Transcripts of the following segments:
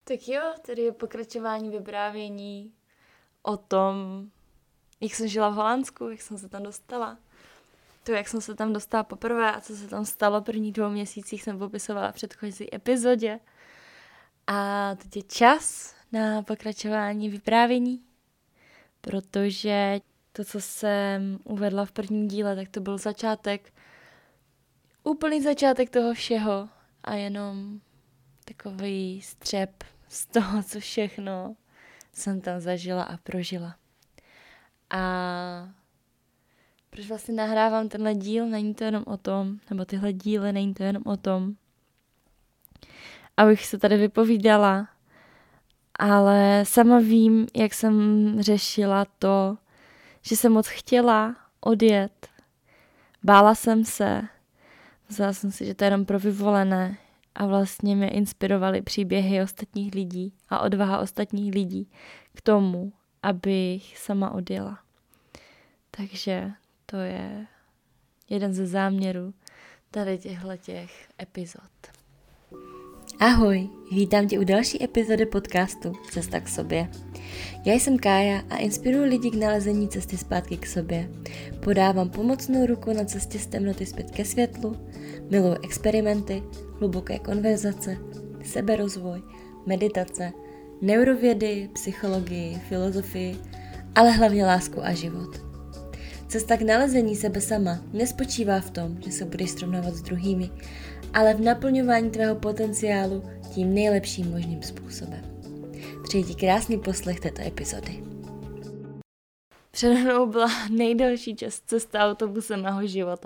Tak jo, tady je pokračování vyprávění o tom, jak jsem žila v Holandsku, jak jsem se tam dostala. To, jak jsem se tam dostala poprvé a co se tam stalo první 2 měsících, jsem popisovala v předchozí epizodě. A teď je čas na pokračování vyprávění, protože to, co jsem uvedla v prvním díle, tak to byl začátek, úplný začátek toho všeho a jenom takový střep z toho, co všechno jsem tam zažila a prožila. A proč vlastně nahrávám tenhle díl, není to jenom o tom, nebo tyhle díly, není to jenom o tom, abych se tady vypovídala, ale sama vím, jak jsem řešila to, že jsem moc chtěla odjet. Bála jsem se, myslela jsem si, že to je jenom pro vyvolené a vlastně mě inspirovaly příběhy ostatních lidí a odvaha ostatních lidí k tomu, abych sama odjela. Takže to je jeden ze záměrů tady těch epizod. Ahoj, vítám tě u další epizody podcastu Cesta k sobě. Já jsem Kája a inspiruji lidi k nalezení cesty zpátky k sobě. Podávám pomocnou ruku na cestě z temnoty zpět ke světlu, miluji experimenty, hluboké konverzace, seberozvoj, meditace, neurovědy, psychologii, filozofii, ale hlavně lásku a život. Cesta k nalezení sebe sama nespočívá v tom, že se budeš srovnávat s druhými, ale v naplňování tvého potenciálu tím nejlepším možným způsobem. Přeji ti krásný poslech této epizody. Přede mnou byla nejdelší cesta autobusem mého života,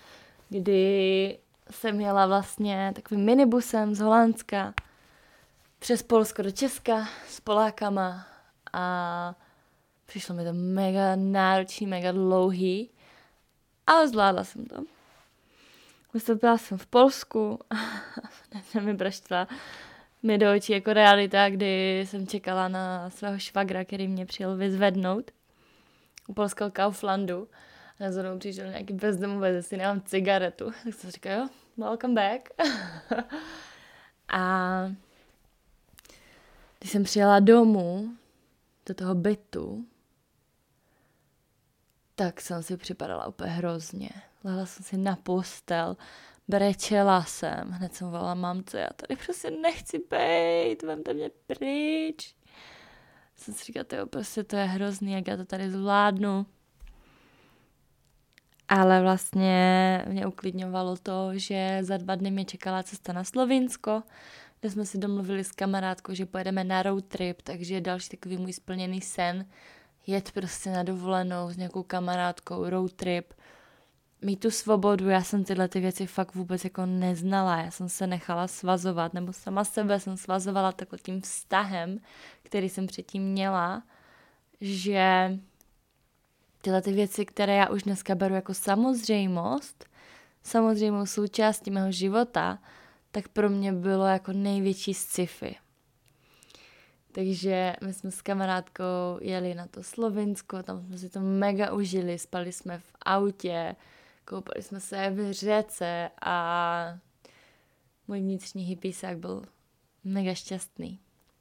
kdy jsem jela vlastně takovým minibusem z Holandska přes Polsko do Česka s Polákama a přišlo mi to mega náročný, mega dlouhý, ale zvládla jsem to. Vystoupila jsem v Polsku a mi praštila mi do očí jako realita, kdy jsem čekala na svého švagra, který mě přijel vyzvednout u polského Kauflandu. A za mnou přišel nějaký bezdomovec, jestli nemám cigaretu. Tak jsem říkala, jo, welcome back. A když jsem přijela domů, do toho bytu, tak jsem si připadala úplně hrozně. Lehla jsem si na postel, brečela jsem, hned jsem volala mamce, já tady prostě nechci bejt, vemte mě pryč. Jsem si říkala, jo, prostě to je hrozný, jak já to tady zvládnu. Ale vlastně mě uklidňovalo to, že za 2 dny mě čekala cesta na Slovinsko, kde jsme si domluvili s kamarádkou, že pojedeme na road trip, takže další takový můj splněný sen, jet prostě na dovolenou s nějakou kamarádkou, road trip, mít tu svobodu. Já jsem tyhle ty věci fakt vůbec jako neznala, já jsem se nechala svazovat, nebo sama sebe jsem svazovala takhle tím vztahem, který jsem předtím měla, že tyhle ty věci, které já už dneska beru jako samozřejmost, samozřejmou součástí mého života, tak pro mě bylo jako největší sci-fi. Takže my jsme s kamarádkou jeli na to Slovinsko, tam jsme si to mega užili, spali jsme v autě, koupali jsme se v řece a můj vnitřní hippiesák byl mega šťastný.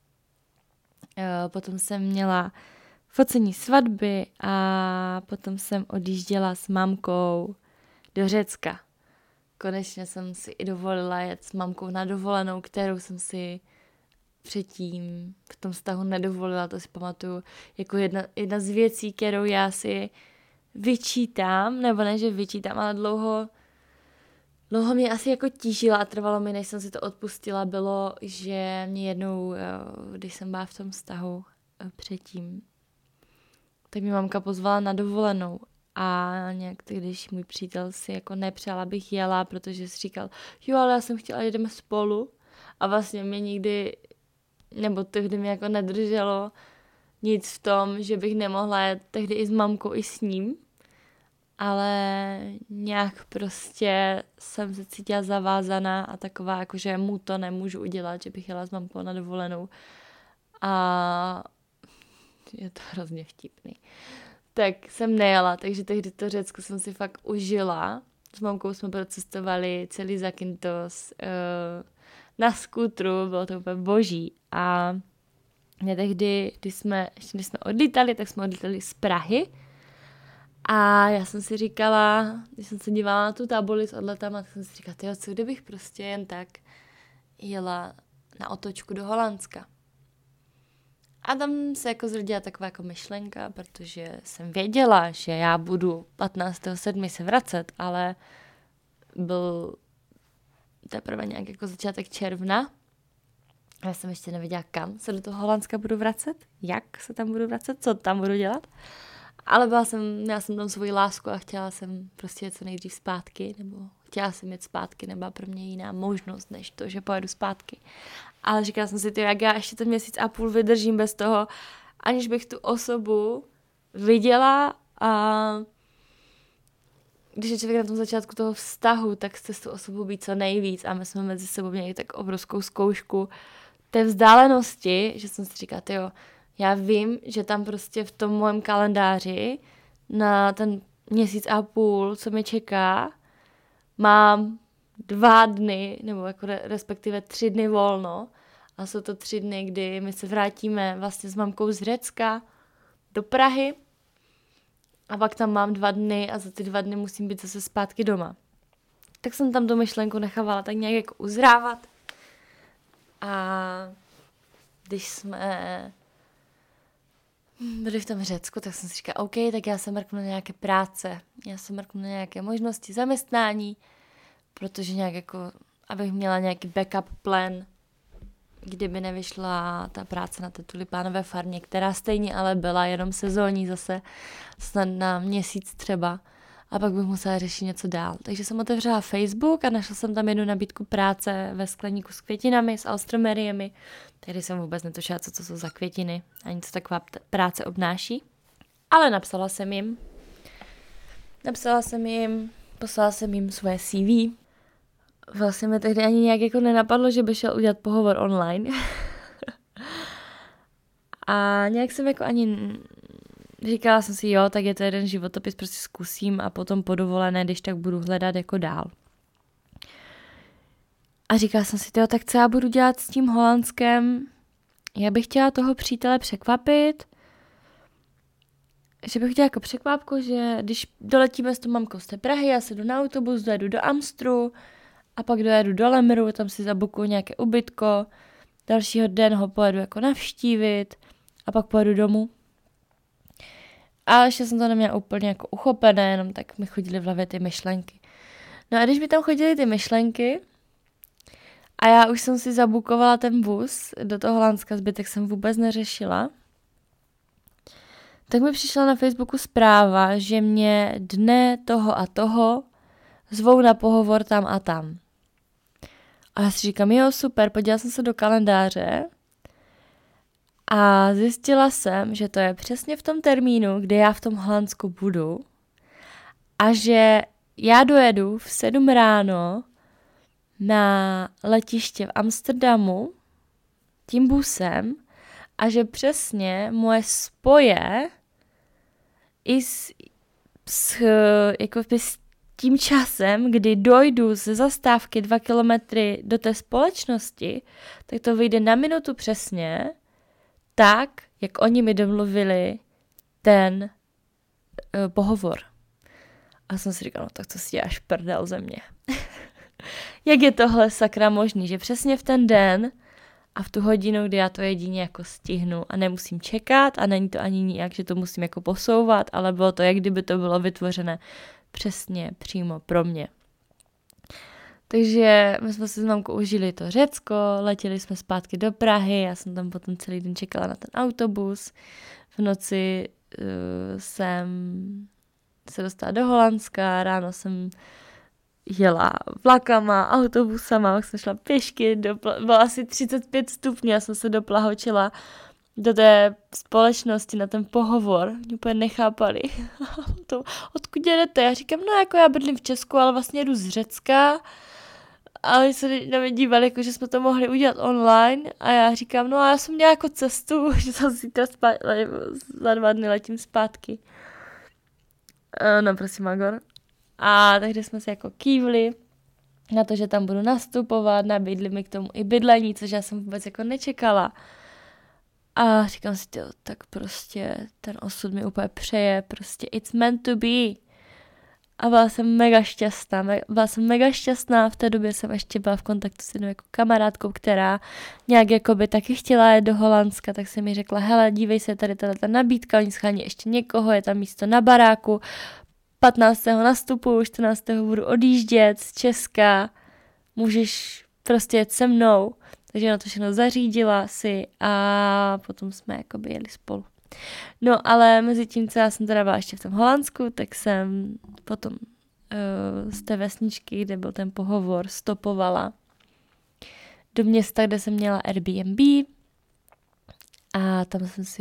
Potom jsem měla focení svatby a potom jsem odjížděla s mamkou do Řecka. Konečně jsem si i dovolila jet s mamkou na dovolenou, kterou jsem si předtím v tom vztahu nedovolila, to si pamatuju jako jedna z věcí, kterou já si vyčítám, nebo ne, že vyčítám, ale dlouho mě asi jako tížila a trvalo mi, než jsem si to odpustila, bylo, že mě jednou, když jsem byla v tom vztahu předtím, tak mi mamka pozvala na dovolenou a nějak když můj přítel si jako nepřál, abych jela, protože si říkal, jo, ale já jsem chtěla, jedeme spolu a vlastně mě nikdy, nebo tehdy mě jako nedrželo nic v tom, že bych nemohla jet tehdy i s mamkou, i s ním, ale nějak prostě jsem se cítila zavázaná a taková, jako že mu to nemůžu udělat, že bych jela s mamkou na dovolenou a je to hrozně vtipný. Tak jsem nejela, takže tehdy to Řecko jsem si fakt užila. S mamkou jsme procestovali celý Zakynthos, na skútru, bylo to úplně boží. A mě tehdy, když jsme odlítali, tak jsme odlítali z Prahy. A já jsem si říkala, když jsem se dívala na tu tabuli s odletama, tak jsem si říkala, tyjo, co kdybych prostě jen tak jela na otočku do Holandska. A tam se jako zrodila taková jako myšlenka, protože jsem věděla, že já budu 15.7. se vracet, ale byl teprve nějak jako začátek června. Já jsem ještě nevěděla, kam se do toho Holandska budu vracet, jak se tam budu vracet, co tam budu dělat. Ale měla jsem tam svoji lásku a chtěla jsem prostě jet co nejdřív zpátky, nebo chtěla jsem jet zpátky, nebyla pro mě jiná možnost, než to, že pojedu zpátky. Ale říkala jsem si, jak já ještě ten měsíc a půl vydržím bez toho, aniž bych tu osobu viděla. A když je člověk na tom začátku toho vztahu, tak chce s tu osobou být co nejvíc a my jsme mezi sebou měli tak obrovskou zkoušku té vzdálenosti, že jsem si říkala, jo, já vím, že tam prostě v tom mém kalendáři na ten měsíc a půl, co mě čeká, mám 2 dny, nebo jako respektive 3 dny volno. A jsou to 3 dny, kdy my se vrátíme vlastně s mamkou z Řecka do Prahy. A pak tam mám 2 dny a za ty 2 dny musím být zase zpátky doma. Tak jsem tam tu myšlenku nechávala tak nějak jako uzrávat. A když jsme byli v tom Řecku, tak jsem si říkala, OK, tak já se mrknu na nějaké práce, já se mrknu na nějaké možnosti zaměstnání, protože nějak jako, abych měla nějaký backup plan, kdyby nevyšla ta práce na té tulipánové farmě, která stejně ale byla jenom sezónní zase, snad na měsíc třeba, a pak bych musela řešit něco dál. Takže jsem otevřela Facebook a našla jsem tam jednu nabídku práce ve skleníku s květinami, s alstromeriemi. Tehdy jsem vůbec netušila, co to jsou za květiny, ani co taková práce obnáší. Ale napsala jsem jim, poslala jsem jim svoje CV. Vlastně mi tehdy ani nějak jako nenapadlo, že by šel udělat pohovor online. A nějak jsem jako ani říkala jsem si, jo, tak je to jeden životopis, prostě zkusím a potom po dovolené, když tak budu hledat jako dál. A říkala jsem si, jo, tak co já budu dělat s tím Holandskem? Já bych chtěla toho přítele překvapit, že bych chtěla jako překvapku, že když doletíme s tou mamkou z té Prahy, já se jdu na autobus, dojedu do Amstru a pak dojedu do Lemru, tam si zabukuju nějaké ubytko, dalšího den ho pojedu jako navštívit a pak pojedu domů. Ale ještě jsem to neměla úplně jako uchopené, jenom tak mi chodily v hlavě ty myšlenky. No a když mi tam chodily ty myšlenky a já už jsem si zabukovala ten bus do toho Holandska, zbytek jsem vůbec neřešila, tak mi přišla na Facebooku zpráva, že mě dne toho a toho zvou na pohovor tam a tam. A já si říkám, jo, super, podívala jsem se do kalendáře a zjistila jsem, že to je přesně v tom termínu, kdy já v tom Holandsku budu a že já dojedu v 7 ráno na letiště v Amsterdamu tím busem a že přesně moje spoje i s tím časem, kdy dojdu ze zastávky 2 kilometry do té společnosti, tak to vyjde na minutu přesně, tak, jak oni mi domluvili ten pohovor. A jsem si říkala, no tak to si děláš prdel ze mě. Jak je tohle sakra možný, že přesně v ten den a v tu hodinu, kdy já to jedině jako stihnu a nemusím čekat a není to ani nijak, že to musím jako posouvat, ale bylo to, jak kdyby to bylo vytvořené přesně přímo pro mě. Takže my jsme si s mamkou užili to Řecko, letěli jsme zpátky do Prahy, já jsem tam potom celý den čekala na ten autobus. V noci jsem se dostala do Holandska, ráno jsem jela vlakama, autobusama, pak jsem šla pěšky, bylo asi 35 stupňů, já jsem se doplahočila do té společnosti na ten pohovor, mě úplně nechápali. Odkud jedete? Já říkám, no jako já bydlím v Česku, ale vlastně jedu z Řecka. A oni se na mě dívali, jako, že jsme to mohli udělat online a já říkám, no a já jsem měla jako cestu, že jsem zítra za 2 dny letím zpátky. No prosím, Magor. A tehdy jsme se jako kývli, na to, že tam budu nastupovat, nabídli mi k tomu i bydlení, což já jsem vůbec jako nečekala. A říkám si, tak prostě ten osud mi úplně přeje, prostě it's meant to be. A byla jsem mega šťastná, v té době jsem ještě byla v kontaktu s jednou jako kamarádkou, která nějak jakoby taky chtěla jít do Holandska, tak jsem mi řekla, hele, dívej se, tady ta nabídka, oni schání ještě někoho, je tam místo na baráku, 15. nastupuju, 14. budu odjíždět z Česka, můžeš prostě jet se mnou. Takže na to všechno zařídila si a potom jsme jakoby jeli spolu. No ale mezi tím, co já jsem teda byla ještě v tom Holandsku, tak jsem potom z té vesničky, kde byl ten pohovor, stopovala do města, kde jsem měla Airbnb a tam jsem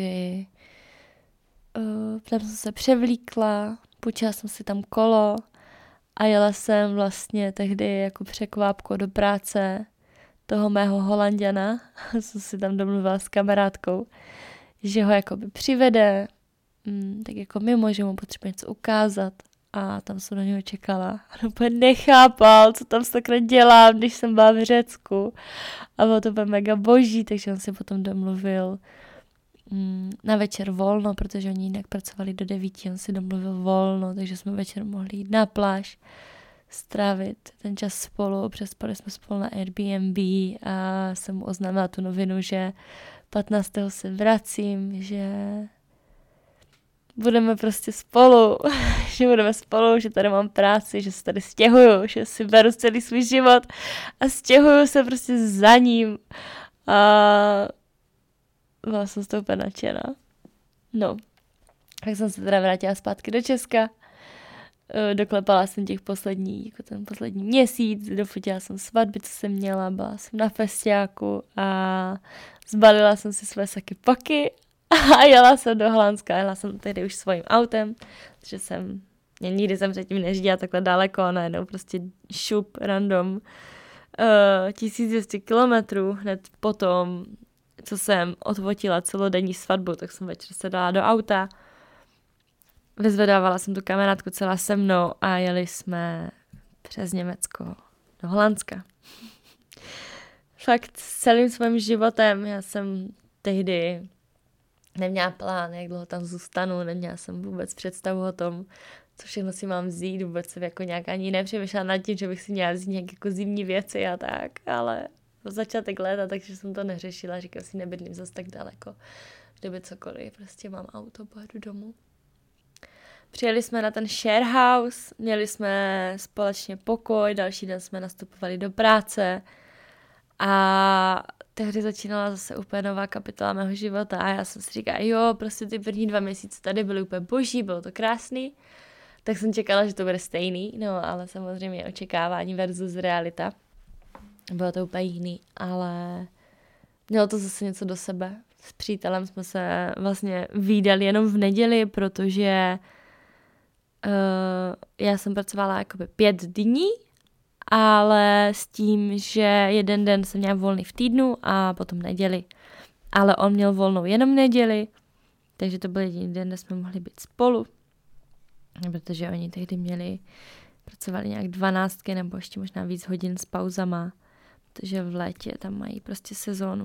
se převlíkla, půjčila jsem si tam kolo a jela jsem vlastně tehdy jako překvápko do práce toho mého Holanďana, jsem si tam domluvila s kamarádkou, že ho jakoby přivede, tak jako mimo, že mu potřebuje něco ukázat a tam jsem na něho čekala. A on úplně nechápal, co tam sakra dělám, když jsem byla v Řecku. A bylo to úplně mega boží, takže on si potom domluvil na večer volno, protože oni jinak pracovali do 9, on si domluvil volno, takže jsme večer mohli jít na pláž, strávit ten čas spolu, přespali jsme spolu na Airbnb a jsem mu oznámila tu novinu, že 15. se vracím, že budeme prostě spolu, že tady mám práci, že se tady stěhuju, že si beru celý svůj život a stěhuju se prostě za ním a byla jsem z toho úplně nadšená. No, tak jsem se teda vrátila zpátky do Česka, doklepala jsem ten poslední měsíc, dofotila jsem svatby, co jsem měla, byla jsem na festiáku a zbalila jsem si své saky paky a jela jsem do Holandska. Jela jsem tehdy už svým autem, protože nikdy jsem předtím neřídila takhle daleko a najednou prostě šup random 1200 kilometrů hned potom, co jsem odfotila celodenní svatbu, tak jsem večer se dala do auta. Vyzvedávala jsem tu kamarádku celá se mnou a jeli jsme přes Německo do Holandska. Fakt celým svým životem já jsem tehdy neměla plán, jak dlouho tam zůstanu, neměla jsem vůbec představu o tom, co všechno si mám vzít, vůbec jsem jako nějak ani nepřemýšlela nad tím, že bych si měla vzít nějaké jako zimní věci a tak, ale začátek léta, takže jsem to neřešila, říkala si, nebydlím zase tak daleko, kdyby cokoliv, prostě mám auto, pojedu domů. Přijeli jsme na ten share house, měli jsme společně pokoj, další den jsme nastupovali do práce a tehdy začínala zase úplně nová kapitola mého života a já jsem si říkala, jo, prostě ty první 2 měsíce tady byly úplně boží, bylo to krásný, tak jsem čekala, že to bude stejný, no ale samozřejmě očekávání versus realita. Bylo to úplně jiný, ale mělo to zase něco do sebe. S přítelem jsme se vlastně vídali jenom v neděli, protože já jsem pracovala jakoby 5 dní, ale s tím, že jeden den jsem měla volný v týdnu a potom neděli. Ale on měl volnou jenom neděli, takže to byl jediný den, kde jsme mohli být spolu, protože oni tehdy pracovali nějak 12 nebo ještě možná víc hodin s pauzama, protože v létě tam mají prostě sezónu.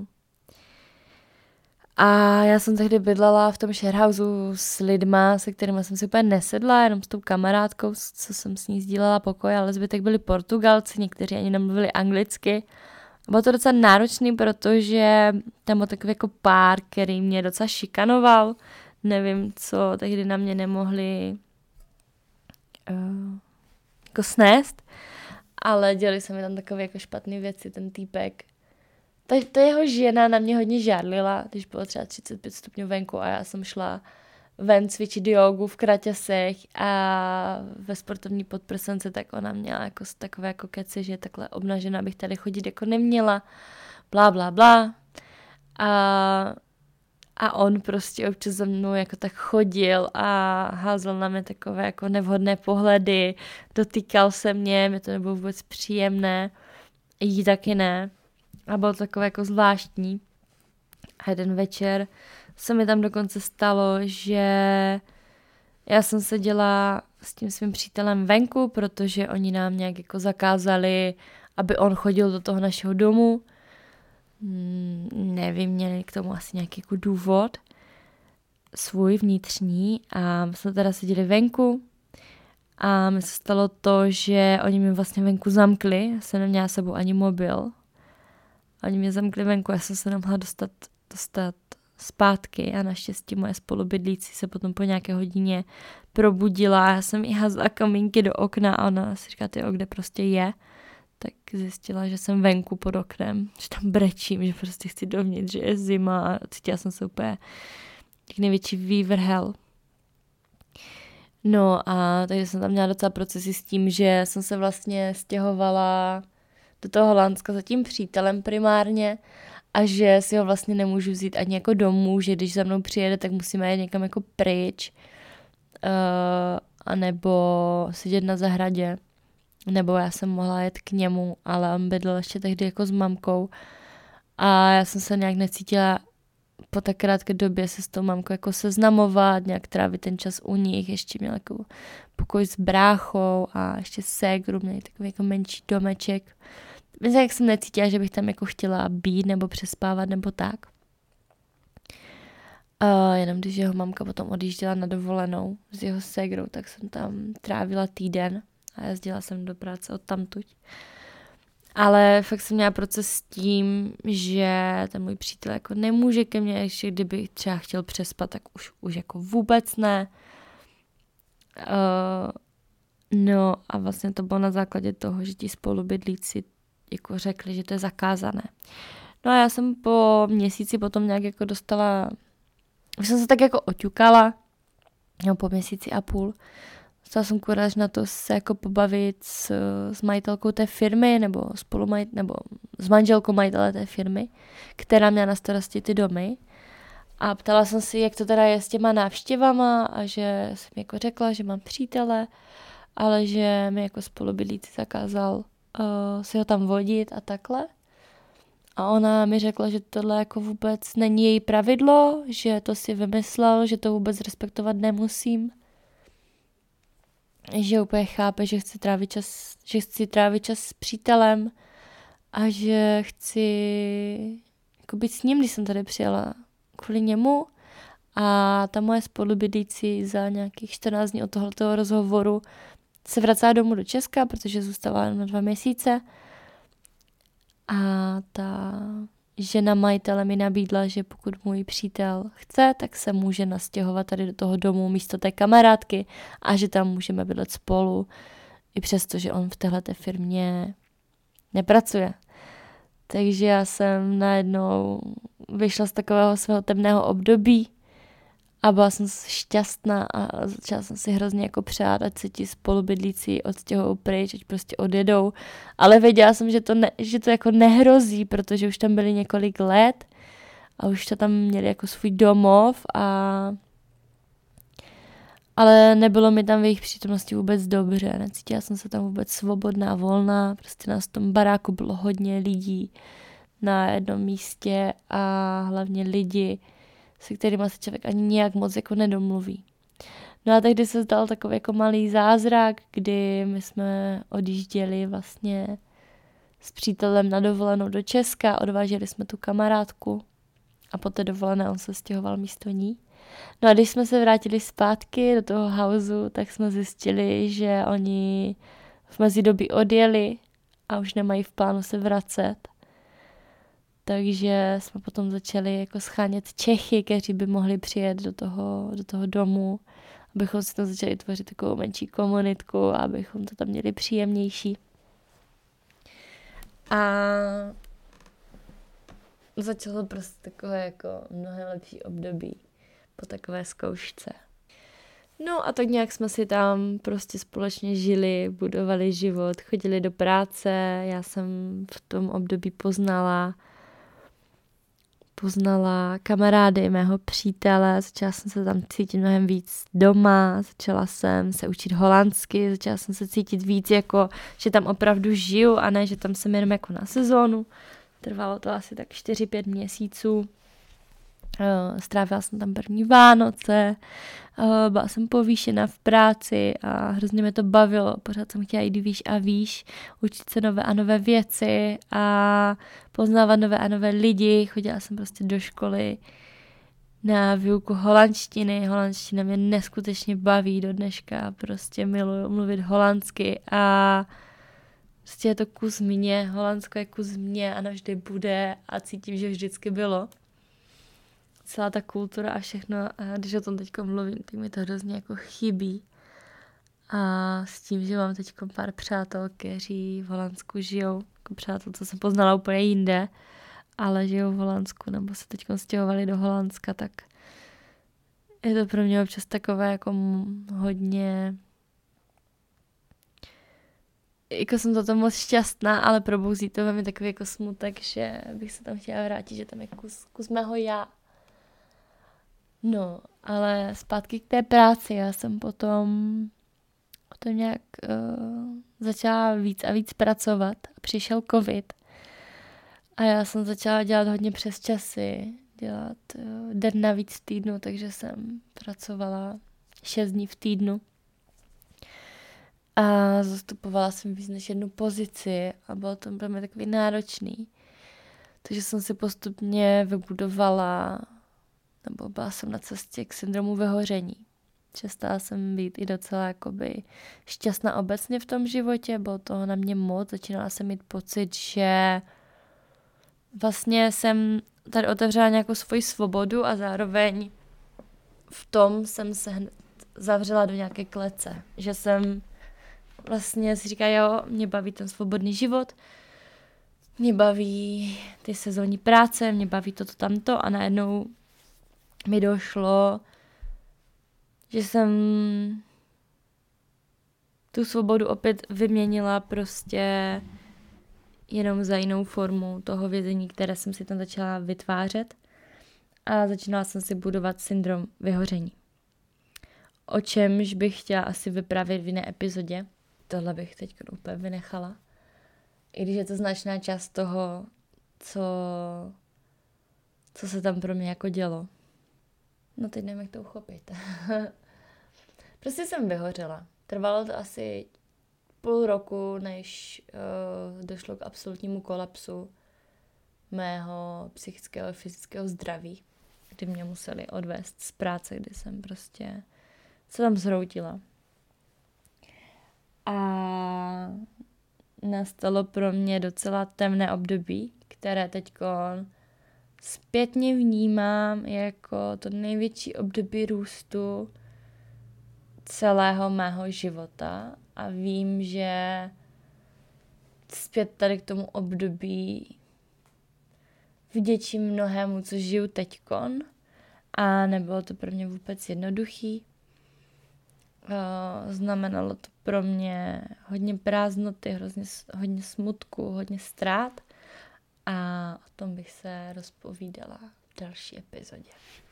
A já jsem tehdy bydlela v tom sharehouseu s lidma, se kterými jsem si úplně nesedla, jenom s tou kamarádkou, co jsem s ní sdílela pokoj, ale zbytek byli Portugalci, někteří ani nemluvili anglicky. Bylo to docela náročný, protože tam byl takový jako pár, který mě docela šikanoval. Nevím, co tehdy na mě nemohli jako snést, ale dělali se mi tam takové jako špatné věci, ten týpek. Ta jeho žena na mě hodně žárlila, když bylo třeba 35 stupňů venku a já jsem šla ven cvičit jogu v kraťasech a ve sportovní podprsence, tak ona měla jako takové jako keci, že je takhle obnažená, abych tady chodit jako neměla, blá, blá, blá. A on prostě občas za mnou jako tak chodil a házel na mě takové jako nevhodné pohledy, dotýkal se mě to nebylo vůbec příjemné, jí taky ne. A bylo to takové jako zvláštní. A jeden večer se mi tam dokonce stalo, že já jsem seděla s tím svým přítelem venku, protože oni nám nějak jako zakázali, aby on chodil do toho našeho domu. Nevím, měli k tomu asi nějaký jako důvod svůj vnitřní a my jsme teda seděli venku a mi se stalo to, že oni mě vlastně venku zamkli, já jsem neměla s sebou ani mobil. Oni mě zamkli venku, já jsem se nemohla dostat zpátky a naštěstí moje spolubydlící se potom po nějaké hodině probudila. Já jsem jí házela kamínky do okna a ona si říká, kde prostě je. Tak zjistila, že jsem venku pod oknem, že tam brečím, že prostě chci dovnitř, že je zima a cítila jsem se úplně jak největší vývrhel. No a takže jsem tam měla docela procesy s tím, že jsem se vlastně stěhovala do toho Holandska za tím přítelem primárně a že si ho vlastně nemůžu vzít ani jako domů, že když za mnou přijede, tak musíme jít někam jako pryč a nebo sedět na zahradě, nebo já jsem mohla jet k němu, ale on bydlel ještě tehdy jako s mamkou a já jsem se nějak necítila po tak krátké době se s tou mamkou jako seznamovat, nějak trávit ten čas u nich, ještě měla jako pokoj s bráchou a ještě ségru, měli takový jako menší domeček. Myslím, jak jsem necítila, že bych tam jako chtěla být nebo přespávat nebo tak. Jenom když jeho mamka potom odjížděla na dovolenou s jeho ségrou, tak jsem tam trávila týden a jezdila jsem do práce odtamtud. Ale fakt jsem měla proces s tím, že ten můj přítel jako nemůže ke mně, ještě kdyby třeba chtěl přespat, tak už jako vůbec ne. No a vlastně to bylo na základě toho, že ti spolubydlíci jako řekli, že to je zakázané. No a já jsem po měsíci potom nějak jako dostala, už jsem se tak jako oťukala, no po měsíci a půl, dostala jsem kuráž na to se jako pobavit s majitelkou té firmy, nebo nebo s manželkou majitele té firmy, která měla na starosti ty domy. A ptala jsem si, jak to teda je s těma návštěvama a že jsem jako řekla, že mám přítele, ale že mi jako spolubydlící zakázal si ho tam vodit a takhle. A ona mi řekla, že tohle jako vůbec není její pravidlo, že to si vymyslel, že to vůbec respektovat nemusím. Že úplně chápe, že chci trávit čas s přítelem a že chci jako být s ním, když jsem tady přijela kvůli němu. A ta moje spolubydlící za nějakých 14 dní od tohoto rozhovoru se vracela domů do Česka, protože zůstala jen na 2 měsíce. A ta žena majitele mi nabídla, že pokud můj přítel chce, tak se může nastěhovat tady do toho domu místo té kamarádky a že tam můžeme bydlet spolu, i přesto, že on v téhleté firmě nepracuje. Takže já jsem najednou vyšla z takového svého temného období a byla jsem šťastná a začala jsem si hrozně jako přát, ať se ti spolubydlící odstěhujou pryč, ať prostě odjedou. Ale věděla jsem, že to jako nehrozí, protože už tam byli několik let a už to tam měli jako svůj domov ale nebylo mi tam v jejich přítomnosti vůbec dobře. Necítila jsem se tam vůbec svobodná, volná. Prostě nás v tom baráku bylo hodně lidí na jednom místě a hlavně lidi, se kterými se člověk ani nějak moc jako nedomluví. No a tehdy se zdal takový jako malý zázrak, kdy my jsme odjížděli vlastně s přítelem na dovolenou do Česka, odváželi jsme tu kamarádku a po té dovolené on se stěhoval místo ní. No a když jsme se vrátili zpátky do toho houseu, tak jsme zjistili, že oni v mezidobí odjeli a už nemají v plánu se vracet. Takže jsme potom začali jako schánět Čechy, kteří by mohli přijet do toho domu, abychom si tam začali tvořit takovou menší komunitku a abychom to tam měli příjemnější. A začalo prostě takové jako mnohem lepší období po takové zkoušce. No a tak nějak jsme si tam prostě společně žili, budovali život, chodili do práce. Já jsem v tom období poznala kamarády mého přítele, začala jsem se tam cítit mnohem víc doma, začala jsem se učit holandsky, začala jsem se cítit víc jako, že tam opravdu žiju a ne, že tam jsem jenom jako na sezónu. Trvalo to asi tak 4-5 měsíců Strávila jsem tam první Vánoce, byla jsem povýšena v práci a hrozně mě to bavilo. Pořád jsem chtěla jít výš a výš, učit se nové a nové věci a poznávat nové a nové lidi. Chodila jsem prostě do školy na výuku holandštiny. Holandština mě neskutečně baví do dneška. Prostě miluju mluvit holandsky a prostě je to kus mě. Holandsko je kus mě a navždy bude a cítím, že vždycky bylo. Celá ta kultura a všechno, a když o tom teď mluvím, tak mi to hrozně jako chybí. A s tím, že mám teď pár přátel, kteří v Holandsku žijou, jako přátel, co jsem poznala úplně jinde, ale žijou v Holandsku, nebo se teď stěhovali do Holandska, tak je to pro mě občas takové jako hodně... Jako jsem za to moc šťastná, ale probouzí to ve mě takový jako smutek, že bych se tam chtěla vrátit, že tam je kus mého já. No, ale zpátky k té práci. Já jsem potom nějak začala víc a víc pracovat. Přišel covid a já jsem začala dělat hodně přesčasy, dělat den navíc v týdnu, takže jsem pracovala 6 dní v týdnu. A zastupovala jsem víc než jednu pozici a bylo to pro mě takový náročný. Takže jsem si postupně vybudovala, nebo byla jsem na cestě k syndromu vyhoření. Přestala jsem být i docela jakoby šťastná obecně v tom životě, bylo toho na mě moc, začínala jsem mít pocit, že vlastně jsem tady otevřela nějakou svoji svobodu a zároveň v tom jsem se hned zavřela do nějaké klece, že jsem vlastně si říkala, jo, mě baví ten svobodný život, mě baví ty sezónní práce, mě baví toto tamto a najednou mi došlo, že jsem tu svobodu opět vyměnila prostě jenom za jinou formu toho vězení, které jsem si tam začala vytvářet a začínala jsem si budovat syndrom vyhoření. O čemž bych chtěla asi vyprávět v jiné epizodě. Tohle bych teď úplně vynechala. I když je to značná část toho, co se tam pro mě jako dělo. No teď nevím, jak to uchopit. Prostě jsem vyhořela. Trvalo to asi půl roku, než došlo k absolutnímu kolapsu mého psychického a fyzického zdraví, kdy mě museli odvést z práce, kdy jsem prostě se tam zhroutila. A nastalo pro mě docela temné období, které teďko zpětně vnímám jako to největší období růstu celého mého života a vím, že zpět tady k tomu období vděčím mnohému, co žiju teďkon a nebylo to pro mě vůbec jednoduchý. Znamenalo to pro mě hodně prázdnoty, hodně smutku, hodně ztrát a o tom bych se rozpovídala v další epizodě.